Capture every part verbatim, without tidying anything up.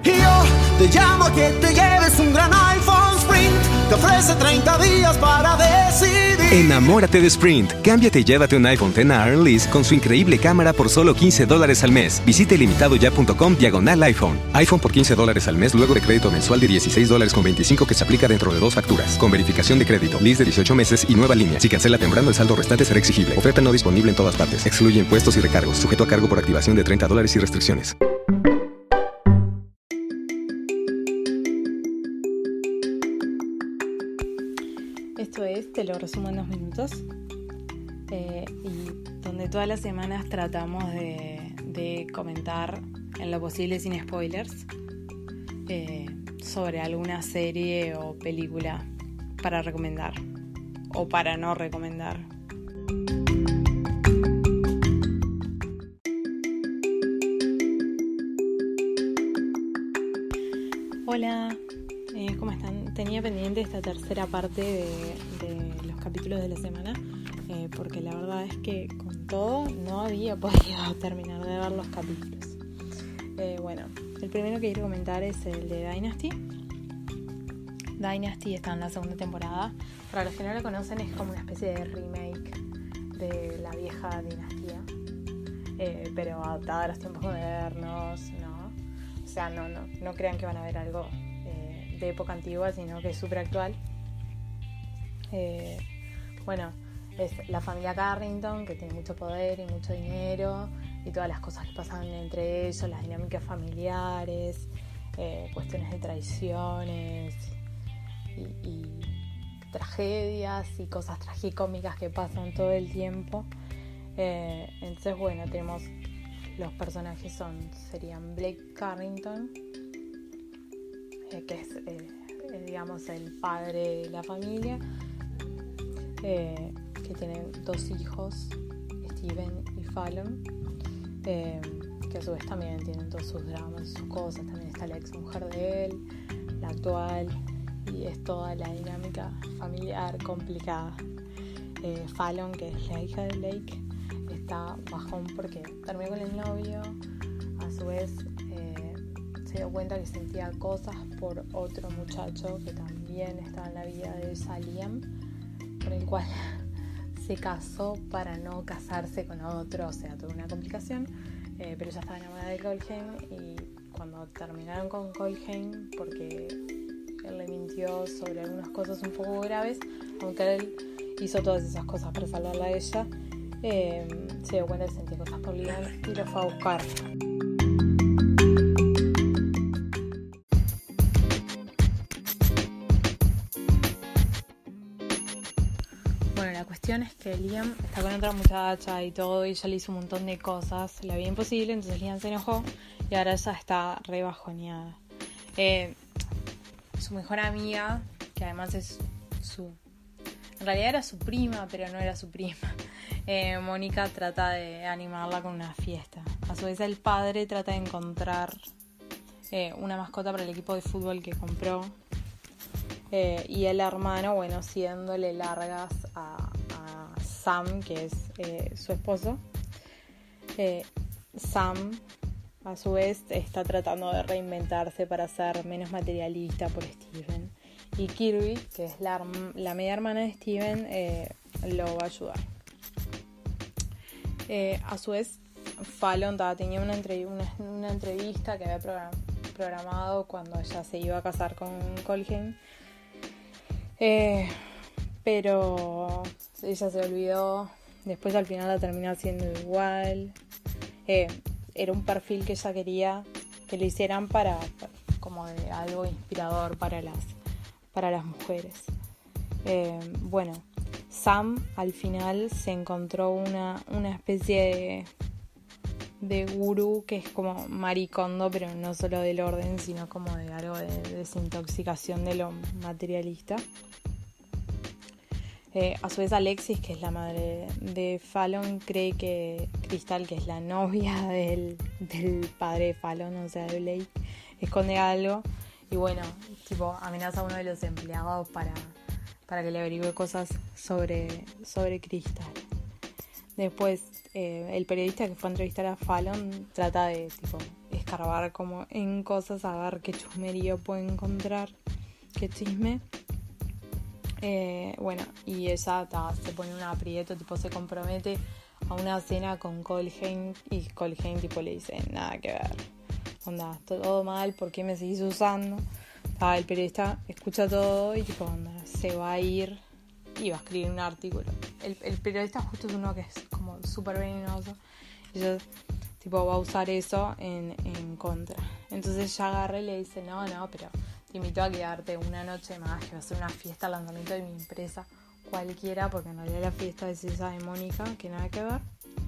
Yo te llamo a que te lleves un gran iPhone Sprint. Te ofrece treinta días para decidir. Enamórate de Sprint. Cámbiate y llévate un iPhone X a Earn Lease con su increíble cámara por solo quince dólares al mes. Visite limitadoya.com diagonal iPhone. iPhone por quince dólares al mes luego de crédito mensual de dieciséis dólares con veinticinco que se aplica dentro de dos facturas. Con verificación de crédito, lease de dieciocho meses y nueva línea. Si cancela temprano, el saldo restante será exigible. Oferta no disponible en todas partes. Excluye impuestos y recargos. Sujeto a cargo por activación de treinta dólares y restricciones. Esto es, te lo resumo en dos minutos, eh, y donde todas las semanas tratamos de, de comentar en lo posible sin spoilers eh, sobre alguna serie o película para recomendar o para no recomendar. Hola, eh, ¿cómo están? Tenía pendiente esta tercera parte de, de los capítulos de la semana, eh, porque la verdad es que con todo no había podido terminar de ver los capítulos. Eh, bueno, el primero que quiero comentar es el de Dynasty. Dynasty está en la segunda temporada. Para los que no lo conocen, es como una especie de remake de la vieja dinastía, eh, pero adaptada a los tiempos modernos, ¿no? O sea, no, no, no crean que van a ver algo eh, de época antigua, sino que es súper actual. Eh, bueno, es la familia Carrington, que tiene mucho poder y mucho dinero, y todas las cosas que pasan entre ellos, las dinámicas familiares, eh, cuestiones de traiciones y, y tragedias y cosas tragicómicas que pasan todo el tiempo. Eh, entonces, bueno, tenemos... Los personajes son serían Blake Carrington, eh, que es, eh, eh, digamos, el padre de la familia, eh, que tiene dos hijos, Steven y Fallon, eh, que a su vez también tienen todos sus dramas, sus cosas. También está la ex mujer de él, la actual, y es toda la dinámica familiar complicada. Eh, Fallon, que es la hija de Blake, está bajón porque terminó con el novio. A su vez eh, se dio cuenta que sentía cosas por otro muchacho que también estaba en la vida de ella, Liam, con el cual se casó para no casarse con otro. O sea, tuvo una complicación, eh, pero ella estaba enamorada de Colhane, y cuando terminaron con Colhane, porque él le mintió sobre algunas cosas un poco graves, aunque él hizo todas esas cosas para salvarla a ella, Eh, se dio cuenta que sentía cosas por Liam y lo fue a buscar. Bueno, la cuestión es que Liam está con otra muchacha y todo, y ella le hizo un montón de cosas, la vida imposible, entonces Liam se enojó y ahora ella está re bajoneada. Eh, su mejor amiga, que además es su... En realidad era su prima, pero no era su prima. Eh, Mónica trata de animarla con una fiesta. A su vez el padre trata de encontrar eh, una mascota para el equipo de fútbol que compró, eh, y el hermano, bueno, haciéndole largas a, a Sam, que es eh, su esposo. eh, Sam a su vez está tratando de reinventarse para ser menos materialista por Steven, y Kirby, que es la, la media hermana de Steven, eh, lo va a ayudar. Eh, a su vez, Fallon tenía una, entre, una, una entrevista que había program, programado cuando ella se iba a casar con Colhane, eh, pero ella se olvidó. Después al final la terminó haciendo igual. Eh, era un perfil que ella quería que le hicieran para, para como de algo inspirador para las, para las mujeres. Eh, bueno, Sam al final se encontró una, una especie de, de gurú que es como maricondo, pero no solo del orden, sino como de algo de, de desintoxicación de lo materialista. Eh, a su vez Alexis, que es la madre de Fallon, cree que Crystal, que es la novia del, del padre de Fallon, o sea de Blake, esconde algo, y bueno, tipo amenaza a uno de los empleados para, para que le averigüe cosas sobre, sobre Crystal. Después eh, el periodista que fue a entrevistar a Fallon trata de tipo escarbar como en cosas a ver qué chusmerío puede encontrar, qué chisme. Eh, bueno, y ella ta, se pone un aprieto, tipo se compromete a una cena con Colhane y Colhane tipo le dice, nada que ver, onda, todo mal, ¿por qué me seguís usando? Ta, el periodista escucha todo y tipo, onda, se va a ir y va a escribir un artículo. El, el periodista justo es uno que es como súper venenoso y ella tipo va a usar eso en, en contra. Entonces ella agarra y le dice, no, no, pero te invito a quedarte una noche más, que va a ser una fiesta al lanzamiento de mi empresa cualquiera, porque en realidad la fiesta es esa de Mónica, que nada que ver.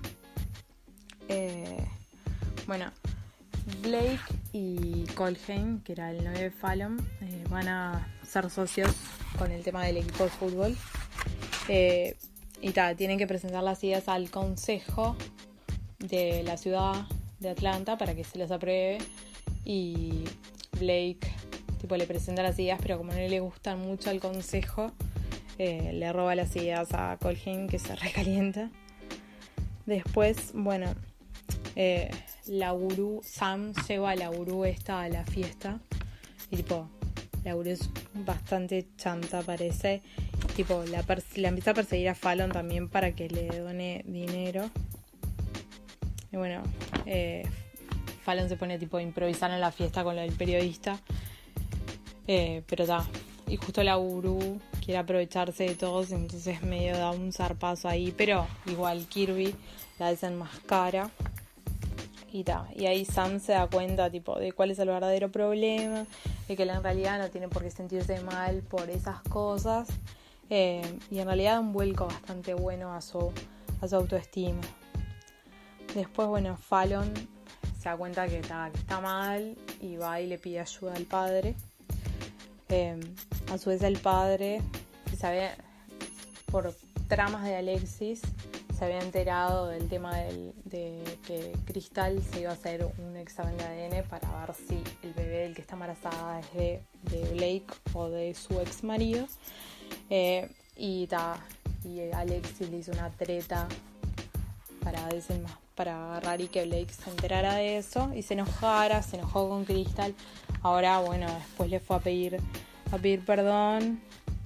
Eh, bueno, Blake y Colhane, que era el novio de Fallon, eh, van a ser socios con el tema del equipo de fútbol. Eh, y tal, tienen que presentar las ideas al consejo de la ciudad de Atlanta para que se las apruebe. Y Blake tipo le presenta las ideas, pero como no le gustan mucho al consejo, eh, le roba las ideas a Colhane, que se recalienta. Después, bueno, eh, la gurú, Sam lleva a la gurú esta a la fiesta y tipo, la gurú es bastante chanta, parece. Tipo, la, pers- la empieza a perseguir a Fallon también para que le done dinero. Y bueno, eh, Fallon se pone tipo a improvisar en la fiesta con lo del periodista. Eh, pero ta, y justo la gurú quiere aprovecharse de todos, entonces medio da un zarpazo ahí, pero igual Kirby la desenmascara y ta, y ahí Sam se da cuenta tipo de cuál es el verdadero problema, de que él en realidad no tiene por qué sentirse mal por esas cosas, eh, y en realidad da un vuelco bastante bueno a su, a su autoestima. Después, bueno, Fallon se da cuenta que, ta, que está mal y va y le pide ayuda al padre. Eh, a su vez el padre, que se había, por tramas de Alexis, se había enterado del tema del, de que Crystal se iba a hacer un examen de A D N para ver si el bebé del que está embarazada es de, de Blake o de su ex marido. Eh, y, ta, y Alexis le hizo una treta para, desenma- para agarrar y que Blake se enterara de eso y se enojara, se enojó con Crystal. Ahora, bueno, después le fue a pedir, a pedir perdón.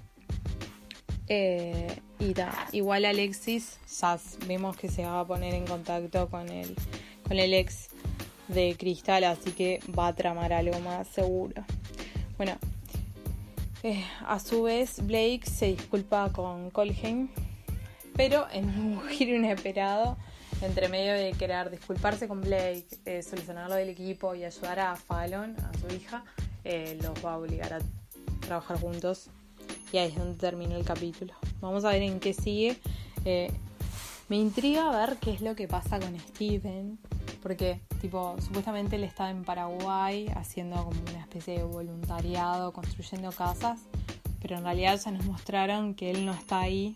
Eh, y ta, igual Alexis, ya vemos que se va a poner en contacto con el, con el ex de Crystal, así que va a tramar algo más seguro. Bueno, eh, a su vez Blake se disculpa con Colhane, pero en un giro inesperado, entre medio de querer disculparse con Blake, eh, solucionar lo del equipo y ayudar a Fallon, a su hija, eh, los va a obligar a trabajar juntos. Y ahí es donde termina el capítulo. Vamos a ver en qué sigue. Eh, me intriga ver qué es lo que pasa con Steven, porque tipo supuestamente él estaba en Paraguay haciendo como una especie de voluntariado, construyendo casas, pero en realidad ya nos mostraron que él no está ahí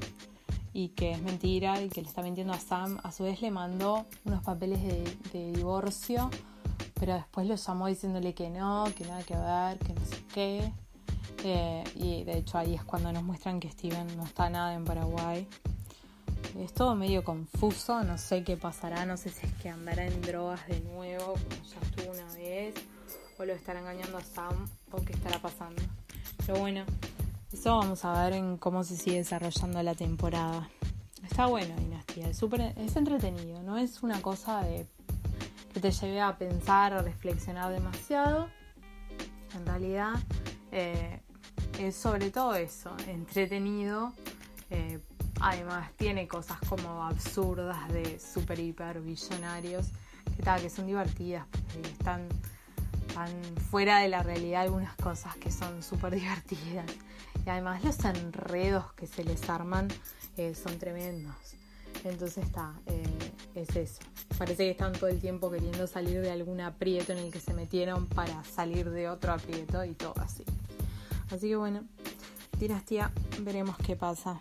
y que es mentira y que le está mintiendo a Sam. A su vez le mandó unos papeles de, de divorcio, pero después lo llamó diciéndole que no, que nada que ver, que no sé qué. Eh, y de hecho ahí es cuando nos muestran que Steven no está nada en Paraguay. Es todo medio confuso, no sé qué pasará, no sé si es que andará en drogas de nuevo como ya estuvo una vez, o lo estará engañando a Sam, o qué estará pasando. Pero bueno, eso vamos a ver en cómo se sigue desarrollando la temporada. Está bueno Dinastía, es, super, es entretenido, no es una cosa de que te lleve a pensar o reflexionar demasiado. En realidad eh, es sobre todo eso, entretenido. Eh, además tiene cosas como absurdas de super hiper billonarios que, tal, que son divertidas porque están tan fuera de la realidad algunas cosas que son súper divertidas, y además los enredos que se les arman eh, son tremendos. Entonces está, eh, es eso, parece que están todo el tiempo queriendo salir de algún aprieto en el que se metieron para salir de otro aprieto y todo así. Así que bueno, Dinastía, veremos qué pasa.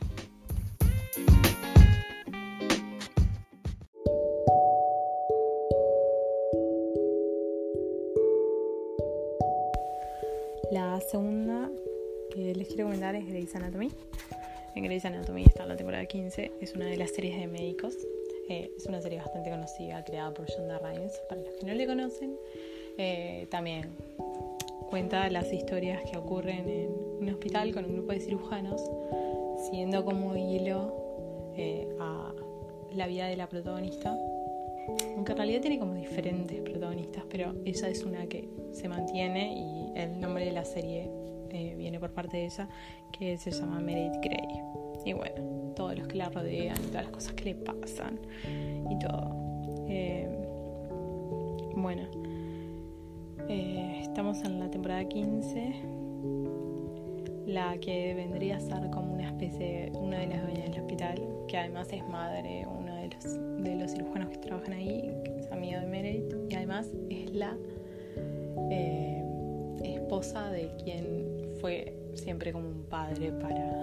La segunda que les quiero comentar es Grey's Anatomy. En Grey's Anatomy está en la temporada quince, es una de las series de médicos. Eh, es una serie bastante conocida, creada por Shonda Rhimes, para los que no le conocen. Eh, también cuenta las historias que ocurren en un hospital con un grupo de cirujanos, siguiendo como hilo eh, a la vida de la protagonista, aunque en realidad tiene como diferentes protagonistas, pero ella es una que se mantiene y el nombre de la serie eh, viene por parte de ella, que se llama Meredith Grey. Y bueno, todos los que la rodean y todas las cosas que le pasan y todo. Eh, bueno, eh, estamos en la temporada quince, la que vendría a ser como una especie de una de las dueñas del hospital, que además es madre, uno de los, de los cirujanos que trabajan ahí, que es amigo de Meredith, y además es la eh, esposa de quien fue siempre como un padre para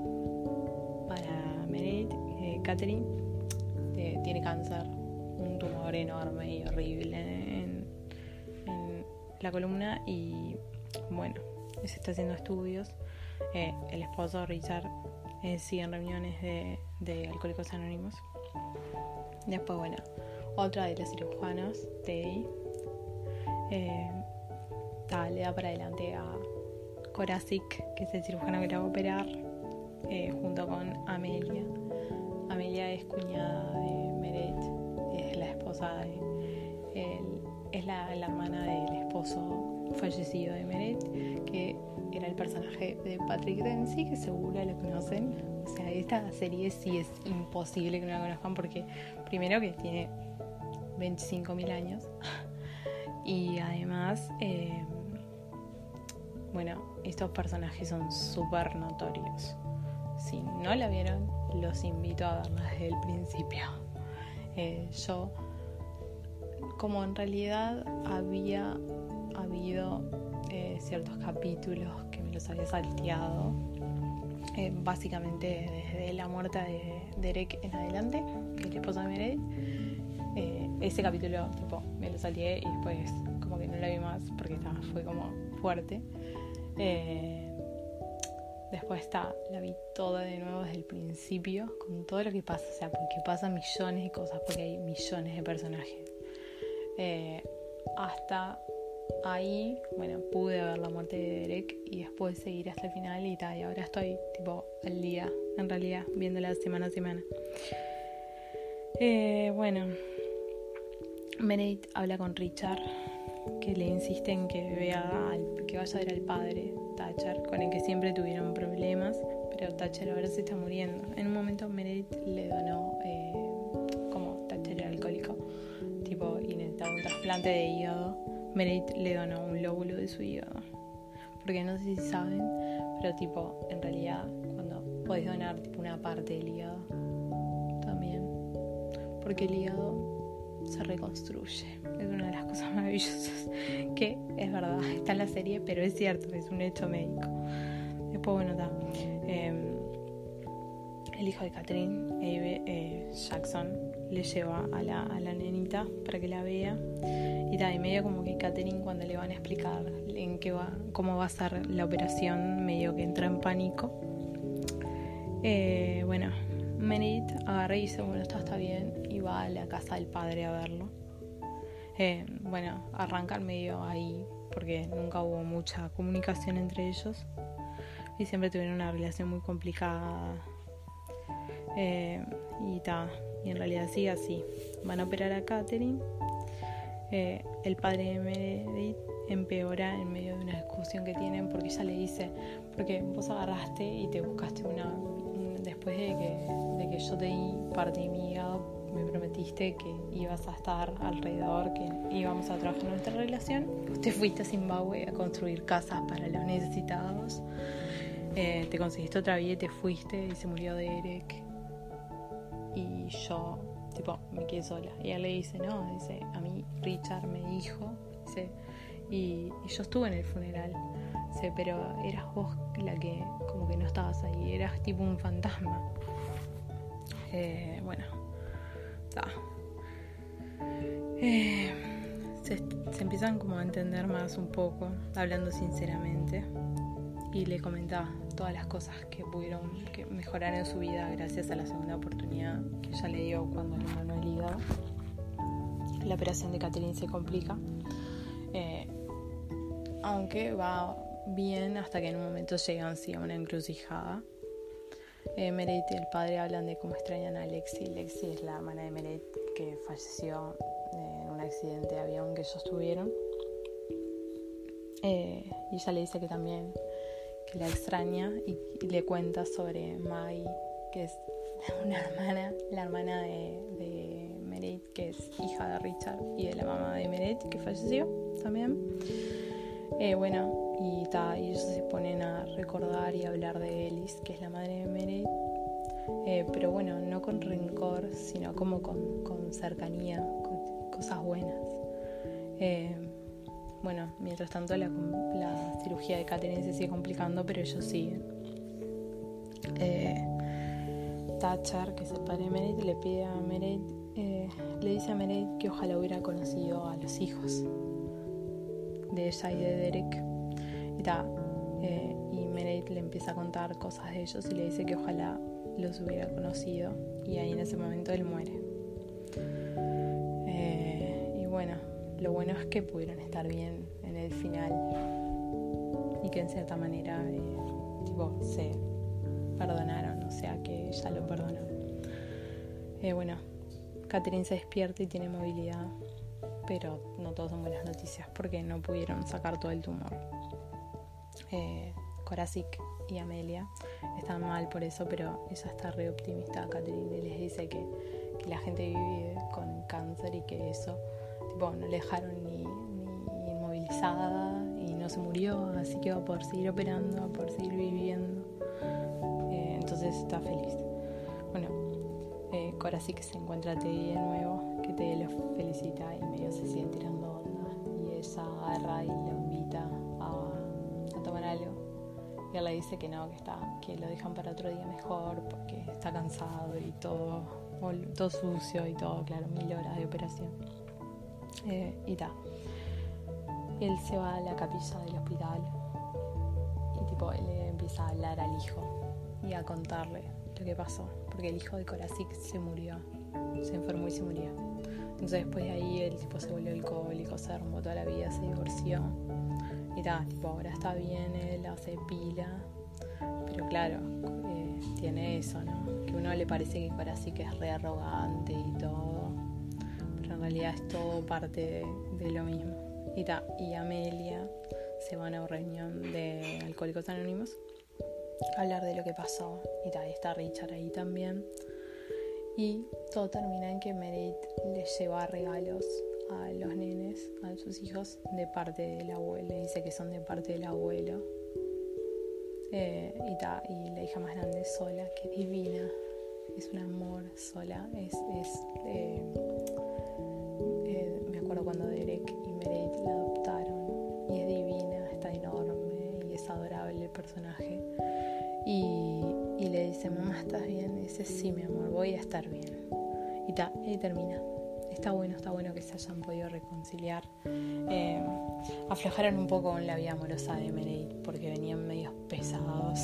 para Meredith. eh, Catherine eh, tiene cáncer, un tumor enorme y horrible en, en la columna, y bueno, se está haciendo estudios. Eh, el esposo Richard eh, sigue en reuniones de, de Alcohólicos Anónimos. Después, bueno, otra de los cirujanos, Teddy, eh, ta, le da para adelante a Koracic, que es el cirujano que la va a operar, eh, junto con Amelia. Amelia es cuñada de Meredith, es la esposa de el, es la, la hermana del esposo fallecido de Meredith, que era el personaje de Patrick Dempsey, que seguro lo conocen. O sea, esta serie sí es imposible que no la conozcan, porque primero que tiene veinticinco mil años y además eh, bueno, estos personajes son súper notorios. Si no la vieron, los invito a verla desde el principio. eh, yo como en realidad había habido eh, ciertos capítulos que me los había salteado, eh, básicamente desde la muerte de Derek en adelante, que es el esposo de Meredith. Eh, ese capítulo tipo me lo salteé y después como que no la vi más porque ta, fue como fuerte. Eh, después está, la vi toda de nuevo desde el principio, con todo lo que pasa, o sea, porque pasan millones de cosas, porque hay millones de personajes. Eh, hasta ahí, bueno, pude ver la muerte de Derek y después seguir hasta el final y tal, y ahora estoy tipo al día, en realidad, viéndola semana a semana. Eh, bueno, Meredith habla con Richard, que le insiste en que vea al, que vaya a ver al padre Thatcher, con el que siempre tuvieron problemas, pero Thatcher ahora se está muriendo. En un momento Meredith le donó, eh, como Thatcher era alcohólico, tipo, y necesitaba un trasplante de hígado, Meredith le donó un lóbulo de su hígado. Porque no sé si saben, pero tipo, en realidad, cuando podés donar tipo una parte del hígado, también, porque el hígado se reconstruye. Es una de las cosas maravillosas que es verdad, está en la serie, pero es cierto, es un hecho médico. Después, bueno, está eh, el hijo de Catherine, Abe eh, Jackson, le lleva a la, a la nenita para que la vea, y tal, y medio como que Catherine, cuando le van a explicar en qué va, cómo va a ser la operación, medio que entra en pánico. Eh, bueno, Meredith agarra y dice, bueno, esto está bien, y va a la casa del padre a verlo. Eh, bueno, arrancan medio ahí, porque nunca hubo mucha comunicación entre ellos, y siempre tuvieron una relación muy complicada. Eh, y ta, y en realidad sí, así. Van a operar a Catherine. Eh, el padre de Meredith empeora en medio de una discusión que tienen, porque ella le dice, porque vos agarraste y te buscaste una, un, después de que, de que yo te di parte de mi hígado, me prometiste que ibas a estar alrededor, que íbamos a trabajar en nuestra relación. Vos te fuiste a Zimbabue a construir casas para los necesitados, eh, te conseguiste otra vida y te fuiste, y se murió Derek y yo tipo me quedé sola. Y él le dice, no, dice, a mí Richard me dijo, dice, y, y yo estuve en el funeral, dice, pero eras vos la que como que no estabas ahí, eras tipo un fantasma. Eh, bueno, está. Eh, se, se empiezan como a entender más un poco, hablando sinceramente. y le comenta todas las cosas que pudieron que mejorar en su vida gracias a la segunda oportunidad que ella le dio cuando le donó el hígado. La operación de Catherine se complica, eh, aunque va bien hasta que en un momento llegan sí, a una encrucijada. Eh, Meredith y el padre hablan de cómo extrañan a Lexi. Lexi es la hermana de Meredith que falleció en un accidente de avión que ellos tuvieron. Eh, y ella le dice que también que la extraña y, y le cuenta sobre Maggie, que es una hermana, la hermana de, de Meredith, que es hija de Richard y de la mamá de Meredith que falleció también. Eh, bueno, y, ta, y ellos se ponen a recordar y hablar de Ellis, que es la madre de Meredith, eh, pero bueno, no con rencor, sino como con, con cercanía, con cosas buenas. Eh, bueno, mientras tanto la, la cirugía de Catherine se sigue complicando, pero ellos siguen. Eh, Thatcher, que es el padre de Meredith, le pide a Meredith, eh, le dice a Meredith que ojalá hubiera conocido a los hijos de ella y de Derek. Y, ta, eh, y Meredith le empieza a contar cosas de ellos y le dice que ojalá los hubiera conocido. Y ahí en ese momento él muere. Eh, y bueno, lo bueno es que pudieron estar bien en el final y que en cierta manera eh, tipo, se perdonaron, o sea que ella lo perdonó. Eh, bueno, Catherine se despierta y tiene movilidad, pero no todas son buenas noticias porque no pudieron sacar todo el tumor. Eh, Koracic y Amelia están mal por eso, pero ella está re optimista. Catherine les dice que, que la gente vive con cáncer y que eso tipo, no le dejaron ni, ni inmovilizada y no se murió, así que va a poder seguir operando, va a poder seguir viviendo. Eh, entonces está feliz. Bueno, eh, Koracic se encuentra a Teddy de nuevo, que Teddy lo felicita y medio se siguen tirando onda y ella agarra y lo invita a, a tomar algo y él le dice que no, que está, que lo dejan para otro día mejor porque está cansado y todo, todo sucio y todo, claro, mil horas de operación. Eh, y ta, él se va a la capilla del hospital y tipo él le empieza a hablar al hijo y a contarle lo que pasó, porque el hijo de Koracic se murió, se enfermó y se murió. Entonces después de ahí él tipo se volvió alcohólico, se derrumbó toda la vida, se divorció y ta, tipo ahora está bien, él hace pila, pero claro, eh, tiene eso, ¿no? Que a uno le parece que Koracic es re arrogante y todo, pero en realidad es todo parte de, de lo mismo. Y ta, y Amelia se van a una reunión de Alcohólicos Anónimos a hablar de lo que pasó y ta, y está Richard ahí también. Y todo termina en que Meredith le lleva regalos a los nenes, a sus hijos, de parte del abuelo. Le dice que son de parte del abuelo. Eh, y, ta, y la hija más grande, Sola, que es divina, es un amor. Sola es, es eh, eh, me acuerdo cuando Derek y Meredith la adoptaron y es divina, está enorme y es adorable el personaje. Y, y le dice, mamá, ¿estás bien? Y dice, sí, mi amor, voy a estar bien. Y ta, y termina. Está bueno, está bueno que se hayan podido reconciliar. Eh, aflojaron un poco con la vida amorosa de Meredith porque venían medios pesados.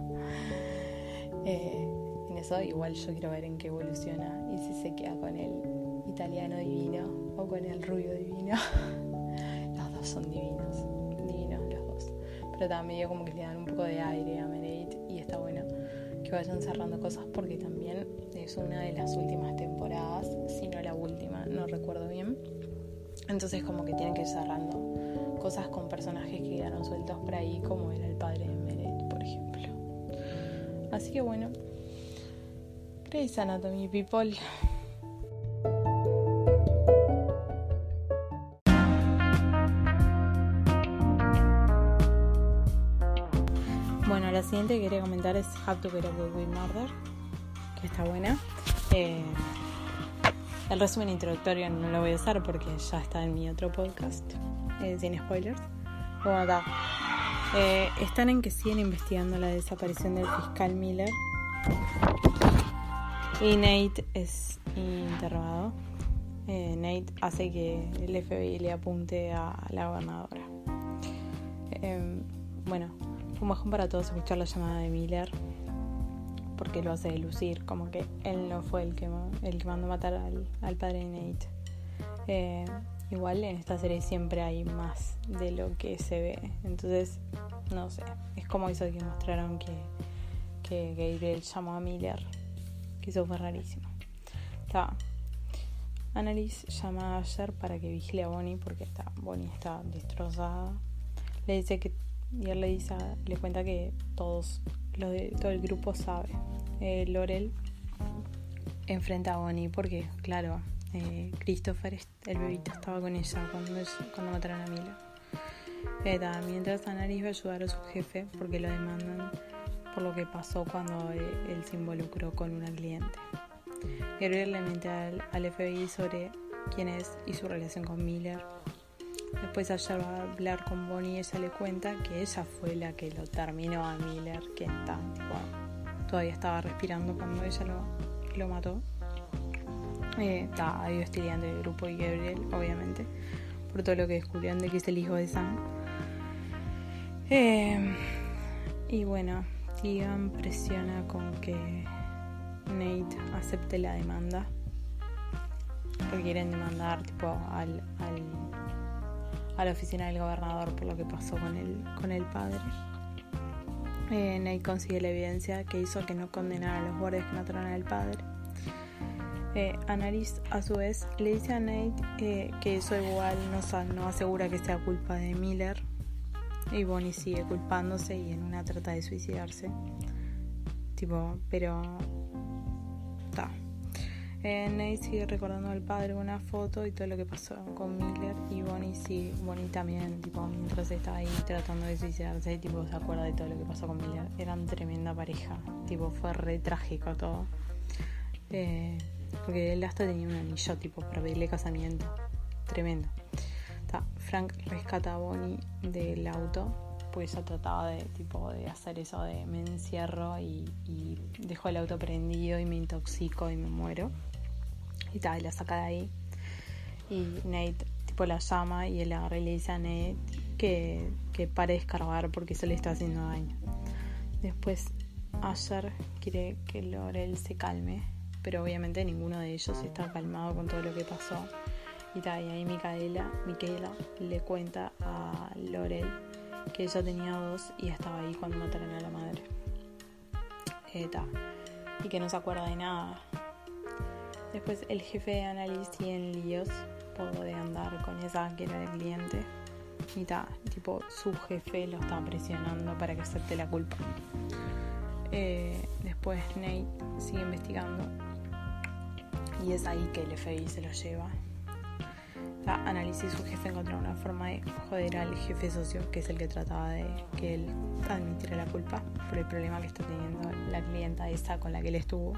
eh, en eso igual yo quiero ver en qué evoluciona y si se queda con el italiano divino o con el rubio divino. Los dos son divinos, divinos los dos. Pero también como que le dan un poco de aire a Meredith y está bueno que vayan cerrando cosas porque también es una de las últimas temporadas, si no la última, no recuerdo bien. Entonces como que tienen que ir cerrando cosas con personajes que quedaron sueltos por ahí, como era el padre de Meredith, por ejemplo. Así que bueno, Grey's Anatomy, people. Bueno, la siguiente que quería comentar es How to Get Away with Murder, que está buena. Eh, el resumen introductorio no lo voy a usar porque ya está en mi otro podcast, eh, sin spoilers. Bueno, da. Eh, están en que siguen investigando la desaparición del fiscal Miller y Nate es interrogado. Eh, Nate hace que el F B I le apunte a la gobernadora. Eh, bueno, fue un bajón para todos escuchar la llamada de Miller, porque lo hace lucir como que él no fue el que, el que mandó matar al, al padre de Nate. Eh, igual en esta serie siempre hay más de lo que se ve, entonces no sé, es como eso que mostraron que, que Gabriel llamó a Miller, que eso fue rarísimo. Está, Annalise llama a Asher para que vigile a Bonnie porque está, Bonnie está destrozada. Le dice que, y él le dice, le cuenta que todos los de todo el grupo sabe. Eh, Laurel enfrenta a Bonnie porque, claro, eh, Christopher, el bebito, estaba con ella cuando, cuando mataron a Miller. Eh, ta, mientras Annalise va a ayudar a su jefe porque lo demandan por lo que pasó cuando él, él se involucró con una cliente. Gabriel le miente al, al F B I sobre quién es y su relación con Miller. Después Asher va a hablar con Bonnie y ella le cuenta que ella fue la que lo terminó a Miller, que está, tipo, todavía estaba respirando cuando ella lo, lo mató. Eh, ta, hay hostilidad entre el grupo y Gabriel, obviamente, por todo lo que descubrieron de que es el hijo de Sam. Eh, y bueno, Tegan presiona con que Nate acepte la demanda, porque quieren demandar tipo al, al a la oficina del gobernador por lo que pasó con el, con el padre. Eh, Nate consigue la evidencia que hizo que no condenara a los guardias que mataron al padre. Eh, Annalise a su vez le dice a Nate eh, que eso igual no, no asegura que sea culpa de Miller, y Bonnie sigue culpándose y en una trata de suicidarse, tipo, pero ta. Eh, Nate sigue recordando al padre una foto y todo lo que pasó con Miller, y Bonnie sí, Bonnie también, tipo, mientras está ahí tratando de suicidarse, tipo, se acuerda de todo lo que pasó con Miller. Eran tremenda pareja, tipo, fue re trágico todo. Eh, porque él hasta tenía un anillo, tipo, para pedirle casamiento. Tremendo. Ta, Frank rescata a Bonnie del auto, pues ella trataba de, tipo, de hacer eso de me encierro y, y dejo el auto prendido y me intoxico y me muero. Y tal, la saca de ahí. Y Nate, tipo, la llama y él agarra y le dice a Nate que, que pare de escarbar porque eso le está haciendo daño. Después Asher quiere que Laurel se calme, pero obviamente ninguno de ellos está calmado con todo lo que pasó. Y tal, y ahí Micaela, Micaela le cuenta a Laurel que ella tenía dos y estaba ahí cuando mataron a la madre. Eh, y que no se acuerda de nada. Después el jefe de Annalise sigue en líos por de andar con esa que era el cliente. Y ta, tipo, su jefe lo está presionando para que acepte la culpa. Eh, después Nate sigue investigando y es ahí que el F B I se lo lleva. La Annalise y su jefe encontraron una forma de joder al jefe socio, que es el que trataba de que él admitiera la culpa por el problema que está teniendo la clienta esa con la que él estuvo.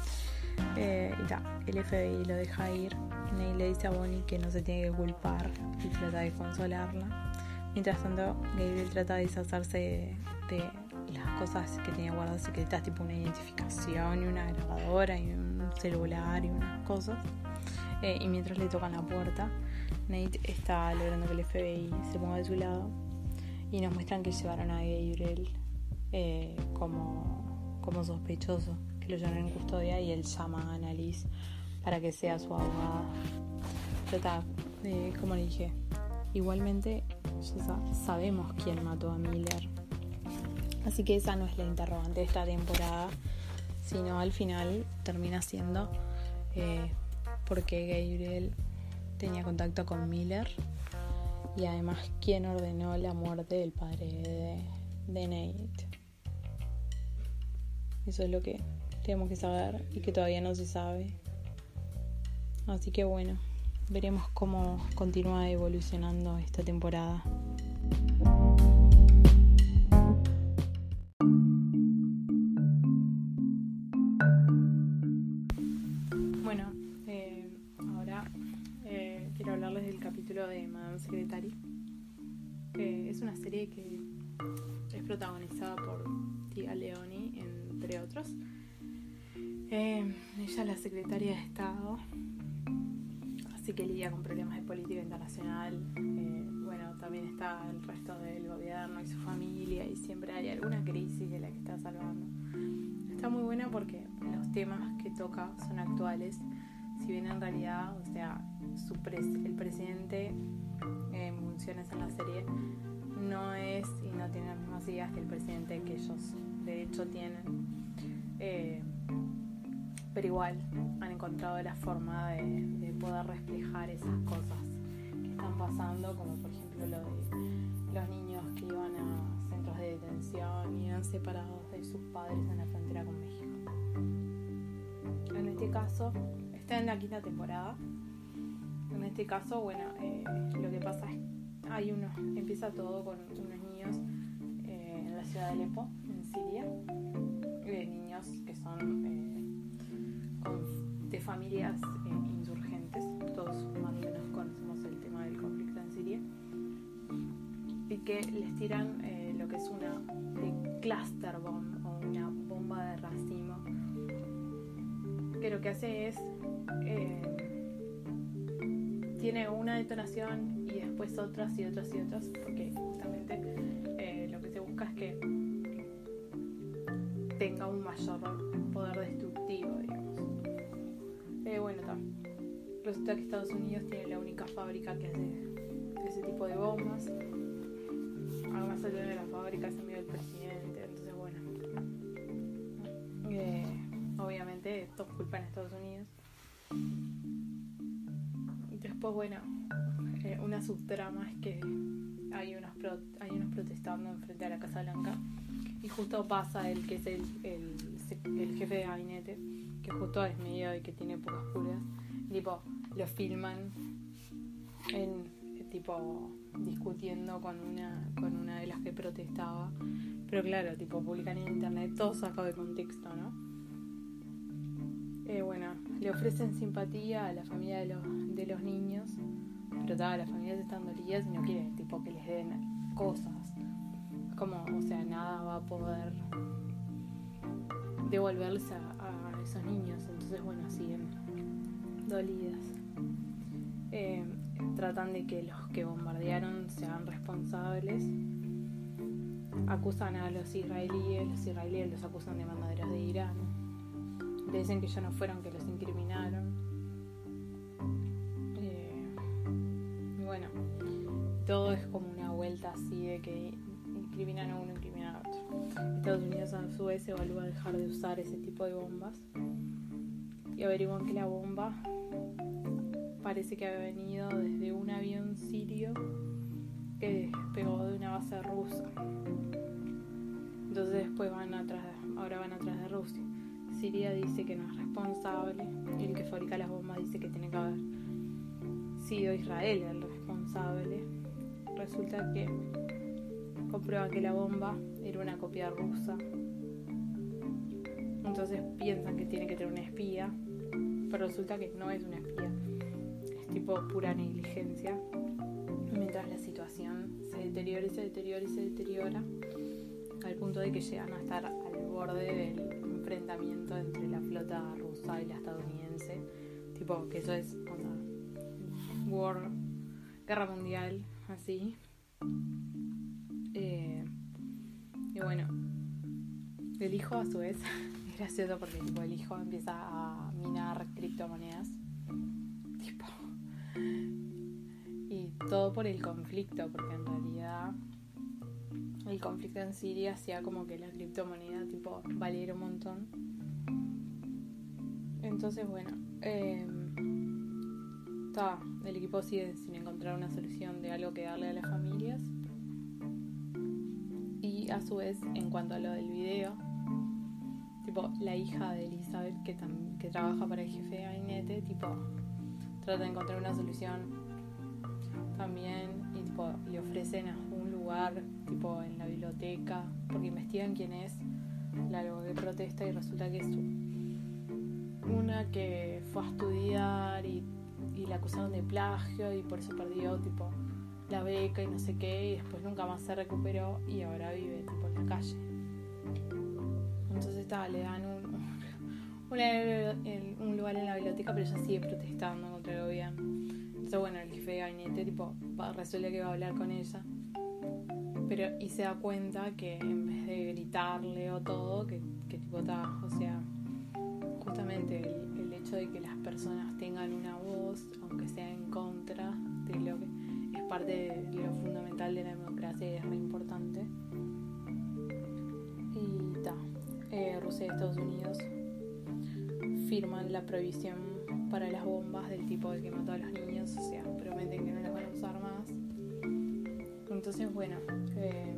Eh, y ta, el F B I lo deja ir. Nate le dice a Bonnie que no se tiene que culpar y trata de consolarla. Mientras tanto, Gabriel trata de deshacerse de, de las cosas que tenía guardadas secretas, tipo una identificación y una grabadora y un celular y unas cosas. Eh, y mientras le tocan la puerta, Nate está logrando que el F B I se ponga de su lado y nos muestran que llevaron a Gabriel eh, como, como sospechoso, que lo llevaron en custodia, y él llama a Annalise para que sea su abogada. Trata, eh, como le dije, igualmente ya sabemos quién mató a Miller, así que esa no es la interrogante de esta temporada, sino al final termina siendo eh, porque Gabriel tenía contacto con Miller, y además quién ordenó la muerte del padre de, de Nate. Eso es lo que tenemos que saber y que todavía no se sabe. Así que bueno, veremos cómo continúa evolucionando esta temporada. Bueno, eh, ahora eh, quiero hablarles del capítulo de Madame Secretary. Eh, es una serie que es protagonizada por Tia Leoni, entre otros. Eh, ella es la secretaria de Estado, así que lidia con problemas de política internacional. Eh, bueno, también está el resto del gobierno y su familia y y siempre hay alguna crisis de la que está salvando. Está muy buena porque los temas que toca son actuales, si bien en realidad, o sea, su pres- el presidente en funciones en la serie no es y no tiene las mismas ideas que el presidente que ellos de hecho tienen, eh, pero igual han encontrado la forma de, de poder reflejar esas cosas que están pasando, como por ejemplo lo de los niños que iban a centros de detención y eran separados de sus padres en la frontera con México. En este caso, está en la quinta temporada. En este caso, bueno, eh, lo que pasa es que hay unos, empieza todo con unos niños eh, en la ciudad de Alepo, en Siria, eh, niños que son eh, con, de familias eh, insurgentes. Todos más o menos conocemos el tema del conflicto en Siria, y que les tiran eh, lo que es una de cluster bomb o una bomba de racimo, que lo que hace es eh, tiene una detonación y después otras y otras y otras, porque justamente eh, lo que se busca es que tenga un mayor poder destructivo, digamos. Eh, bueno, también resulta que Estados Unidos tiene la única fábrica que hace ese tipo de bombas. Además salió de la fábrica, es amigo del presidente, entonces bueno, eh, obviamente esto es culpa en Estados Unidos. Y después, bueno, eh, una subtrama es que hay unos pro, hay unos protestando enfrente a la Casa Blanca, y justo pasa el que es el, el, el jefe de gabinete, que justo es medio y que tiene pocas pulgas, tipo, lo filman en tipo discutiendo con una con una de las que protestaba, pero claro, tipo publican en internet todo sacado de contexto, ¿no? Eh, bueno, le ofrecen simpatía a la familia de los de los niños, pero todas las familias están dolidas y no quieren tipo que les den cosas, como, o sea, nada va a poder devolverles a, a esos niños, entonces bueno, siguen dolidas. Eh, tratan de que los que bombardearon sean responsables, acusan a los israelíes, los israelíes los acusan de mandaderos de Irán, le dicen que ya no fueron, que los incriminaron, eh, y bueno, todo es como una vuelta así de que incriminan a uno, incriminan a otro. Estados Unidos a su vez evalúa dejar de usar ese tipo de bombas y averiguan que la bomba parece que había venido desde un avión sirio que despegó de una base rusa. Entonces después van atrás, ahora van atrás de Rusia. Siria dice que no es responsable, y el que fabrica las bombas dice que tiene que haber sido Israel el responsable. Resulta que comprueban que la bomba era una copia rusa. Entonces piensan que tiene que tener una espía, pero resulta que no es una espía. Tipo pura negligencia, mientras la situación se deteriora y se deteriora y se deteriora al punto de que llegan a estar al borde del enfrentamiento entre la flota rusa y la estadounidense, tipo que eso es onda war, guerra mundial, así. Eh, y bueno, el hijo a su vez es gracioso porque tipo el hijo empieza a minar criptomonedas, tipo, y todo por el conflicto, porque en realidad el conflicto en Siria hacía como que la criptomoneda tipo valiera un montón. Entonces bueno, eh, ta, el equipo sigue sin encontrar una solución de algo que darle a las familias. Y a su vez, en cuanto a lo del video, tipo la hija de Elizabeth que, tam- que trabaja para el jefe de gabinete, tipo trata de encontrar una solución también, y tipo le ofrecen un lugar tipo en la biblioteca porque investigan quién es la que protesta, y resulta que es una que fue a estudiar y, y la acusaron de plagio y por eso perdió tipo la beca y no sé qué, y después nunca más se recuperó y ahora vive tipo en la calle. Entonces está, le dan un, un, un lugar en la biblioteca, pero ella sigue protestando contra el gobierno. Entonces bueno, el jefe de gabinete tipo va, resuelve que va a hablar con ella pero y se da cuenta que en vez de gritarle o todo, que, que tipo está, o sea, justamente el, el hecho de que las personas tengan una voz, aunque sea en contra de lo que es parte de lo fundamental de la democracia y es re importante. Y ta, eh, Rusia y Estados Unidos firman la prohibición para las bombas del tipo de que mató a los niños, o sea, prometen que no las van a usar más. Entonces, bueno, eh,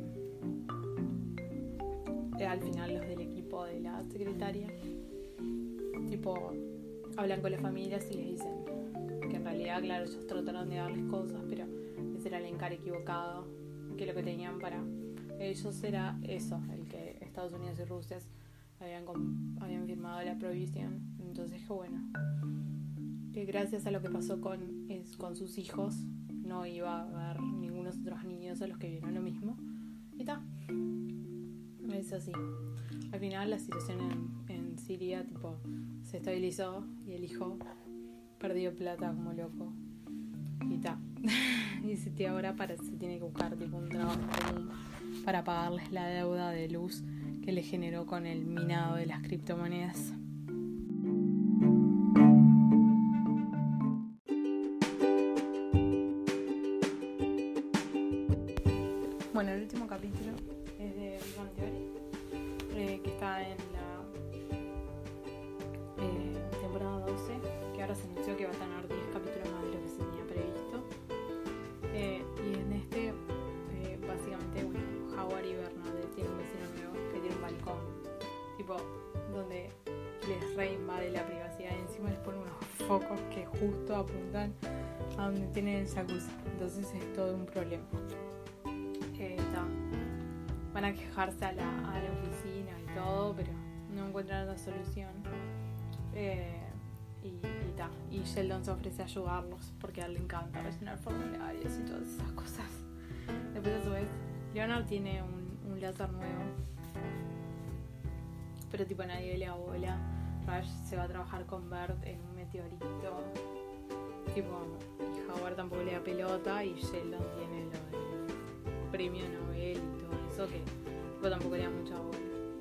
al final los del equipo de la secretaria tipo hablan con las familias y les dicen que en realidad, claro, ellos trataron de darles cosas, pero ese era el encargo equivocado, que lo que tenían para ellos era eso, el que Estados Unidos y Rusia habían, habían firmado la prohibición. Entonces, que bueno, que gracias a lo que pasó con, es, con sus hijos, no iba a haber ningunos otros niños a los que vieron lo mismo. Y está. Es así. Al final la situación en, en Siria tipo se estabilizó y el hijo perdió plata como loco. Y está. Y se tiene ahora para, se tiene que buscar tipo un trabajo común para pagarles la deuda de luz que le generó con el minado de las criptomonedas. Bueno, el último capítulo es de Big Bang Theory, eh, que está en la eh, temporada doce, que ahora se anunció que va a tener diez capítulos más de lo que se tenía previsto. Eh, y en este, eh, básicamente, bueno, Howard y Bernadette tienen un vecino nuevo que tiene un balcón, tipo, donde les reinvade la privacidad y encima les pone unos focos que justo apuntan a donde tienen el jacuzzi. Entonces es todo un problema. Eh, van a quejarse a la, a la oficina y todo, pero no encuentran la solución. Eh, y, y, ta. y Sheldon se ofrece a ayudarlos porque a él le encanta rellenar formularios y todas esas cosas. Después, a su vez, Leonard tiene un, un láser nuevo, pero tipo nadie le da bola. Raj se va a trabajar con Bert en un meteorito, tipo, y Howard tampoco le da pelota, y Sheldon tiene lo del premio Nobel y todo eso, que tipo, tampoco le da mucha bola.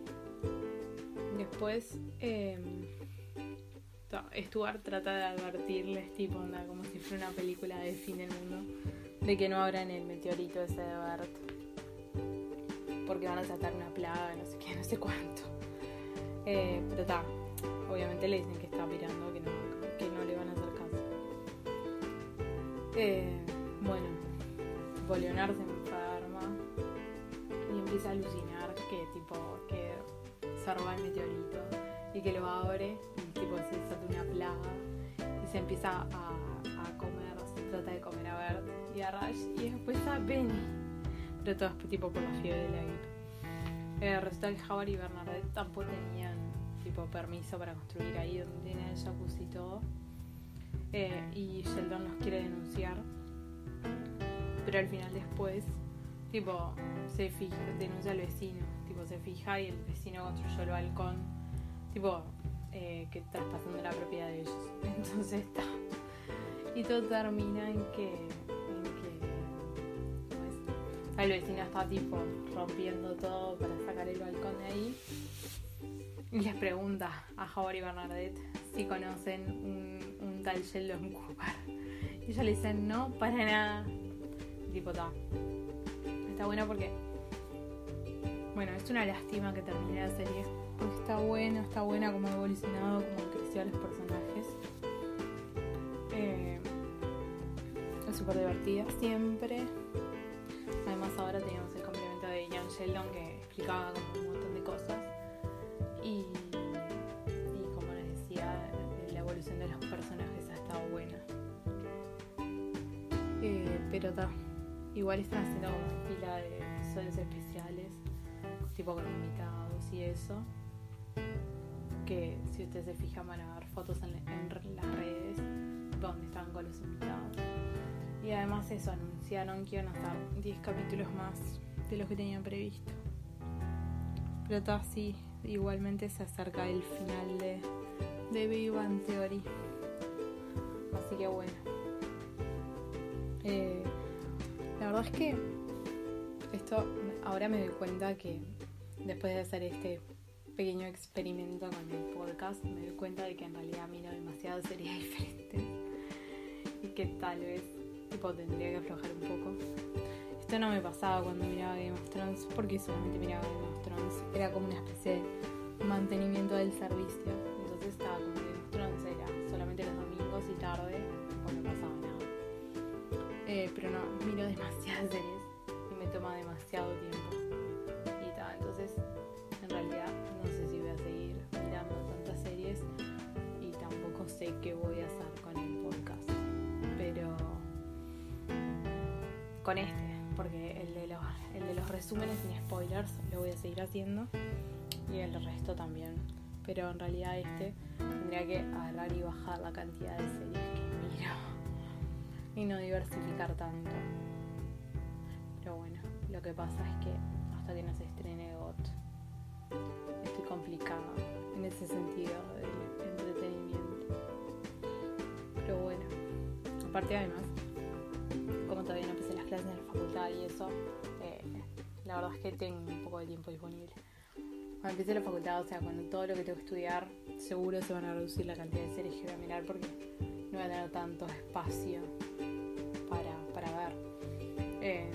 Después eh, Stuart trata de advertirles, tipo, onda, como si fuera una película de fin del mundo, de que no abran el meteorito ese de Bert porque van a sacar una plaga, no sé qué, no sé cuánto. Eh, pero está, obviamente le dicen que está pirando, que no, que no le van a hacer caso. Eh, bueno, tipo, Leonard se enferma y empieza a alucinar que tipo que se roba el meteorito y que lo abre y tipo se desata una plaga y se empieza a, a comer, se trata de comer a Bert y a Raj y después a Penny, pero todo es tipo por la fiebre de la gripe. Eh, resulta que Howard y Bernadette tampoco tenían tipo permiso para construir ahí donde tienen el jacuzzi y todo, eh, y Sheldon los quiere denunciar, pero al final después tipo se fija, denuncia al vecino, tipo se fija y el vecino construyó el balcón tipo eh, que traspasando la propiedad de ellos. Entonces está, y todo termina en que en que ¿cómo es? El vecino está tipo rompiendo todo para sacar el balcón de ahí y les pregunta a Howard y Bernadette si conocen un, un tal Sheldon Cooper y ellos le dicen no, para nada. Tipo, está está buena porque bueno, es una lástima que termine la serie porque está bueno, está buena como ha evolucionado, como han crecido los personajes. Eh, es súper divertida siempre. Además ahora teníamos el complemento de Young Sheldon que explicaba como un montón de cosas y, y como les decía, la evolución de los personajes ha estado buena. Eh, pero está, igual están haciendo como pila de episodios especiales tipo con invitados y eso, que si ustedes se fijan van a ver fotos en, en las redes donde están con los invitados. Y además eso, anunciaron que iban a estar diez capítulos más de los que tenían previsto. Pero todo así, igualmente se acerca el final de, de Big Bang Theory. Así que bueno. Eh, la verdad es que Esto, ahora me doy cuenta que después de hacer este pequeño experimento con el podcast, me doy cuenta de que en realidad miro demasiadas series diferentes y que tal vez tipo tendría que aflojar un poco. Esto no me pasaba cuando miraba Game of Thrones, porque solamente miraba Game of Thrones. Era como una especie de mantenimiento del servicio. Entonces estaba como Game of Thrones, era solamente los domingos y tarde, cuando no pasaba nada. Eh, pero no, miro demasiadas series y me toma demasiado tiempo. Y tal, entonces en realidad no sé si voy a seguir mirando tantas series y tampoco sé qué voy a hacer con el podcast. Pero con este, porque el de los, el de los resúmenes sin spoilers lo voy a seguir haciendo y el resto también. Pero en realidad este tendría que agarrar y bajar la cantidad de series que miro y no diversificar tanto. Pero bueno, lo que pasa es que hasta que no se estrene G O T estoy complicada en ese sentido del entretenimiento. Pero bueno, aparte además, como todavía no empecé las clases en la facultad y eso, eh, la verdad es que tengo un poco de tiempo disponible. Cuando empiece la facultad, o sea, cuando todo lo que tengo que estudiar, seguro se van a reducir la cantidad de series que voy a mirar porque no voy a tener tanto espacio para, para ver. Eh,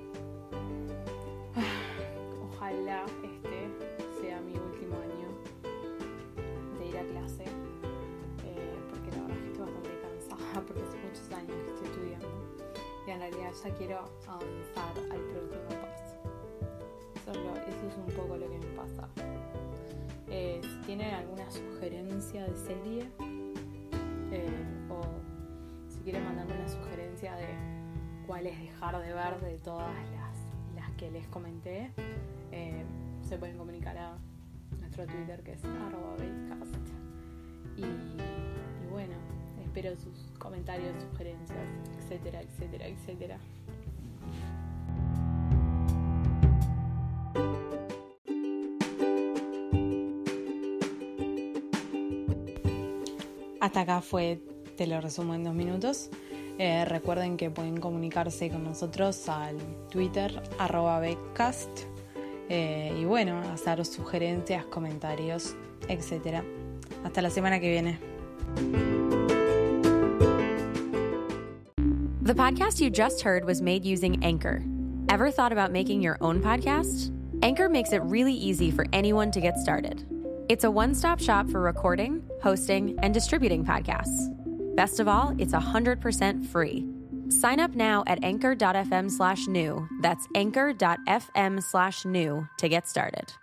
ojalá este sea mi último año de ir a clase, eh, porque la verdad es que estoy bastante cansada porque hace muchos años que estoy estudiando y en realidad ya quiero avanzar al próximo paso. Eso es, lo, eso es un poco lo que me pasa. Eh, si tienen alguna sugerencia de serie, eh, o si quieren mandarme una sugerencia de cuál es dejar de ver de todas las, las que les comenté, eh, se pueden comunicar a nuestro Twitter, que es arroba baitcast. Y, y bueno, espero sus comentarios, sugerencias, etcétera, etcétera, etcétera. Hasta acá fue, te lo resumo en dos minutos. Eh, recuerden que pueden comunicarse con nosotros al Twitter, arroba baitcast. Eh, y bueno, hacer sugerencias, comentarios, etcétera. Hasta la semana que viene. The podcast you just heard was made using Anchor. Ever thought about making your own podcast? Anchor makes it really easy for anyone to get started. It's a one-stop shop for recording, hosting, and distributing podcasts. Best of all, it's one hundred percent free. Sign up now at anchor.fm slash new. That's anchor.fm slash new to get started.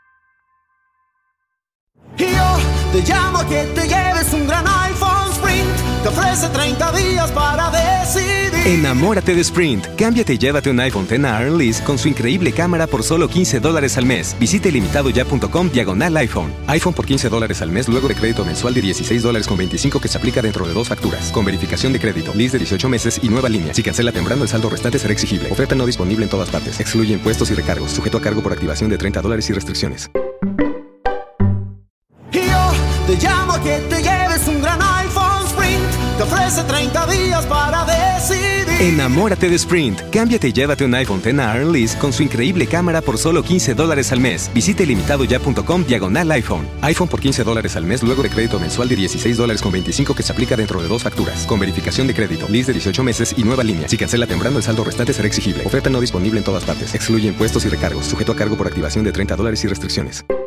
Yo te llamo a que te lleves un gran iPhone Sprint. Te ofrece treinta días para decidir. Enamórate de Sprint. Cámbiate y llévate un iPhone X a Earn Lease con su increíble cámara por solo quince dólares al mes. Visite limitado.ya.com diagonal iPhone. iPhone por quince dólares al mes luego de crédito mensual de dieciséis dólares con veinticinco que se aplica dentro de dos facturas. Con verificación de crédito, lease de dieciocho meses y nueva línea. Si cancela temprano, el saldo restante será exigible. Oferta no disponible en todas partes. Excluye impuestos y recargos. Sujeto a cargo por activación de treinta dólares y restricciones. Yo te llamo a que te lleves un gran iPhone Sprint. Te ofrece treinta días para decidir. Enamórate de Sprint. Cámbiate y llévate un iPhone X a Earn Lease con su increíble cámara por solo quince dólares al mes. Visite limitado.ya.com diagonal iPhone. iPhone por quince dólares al mes luego de crédito mensual de dieciséis dólares con veinticinco que se aplica dentro de dos facturas. Con verificación de crédito, lease de dieciocho meses y nueva línea. Si cancela temprano, el saldo restante será exigible. Oferta no disponible en todas partes. Excluye impuestos y recargos. Sujeto a cargo por activación de treinta dólares y restricciones.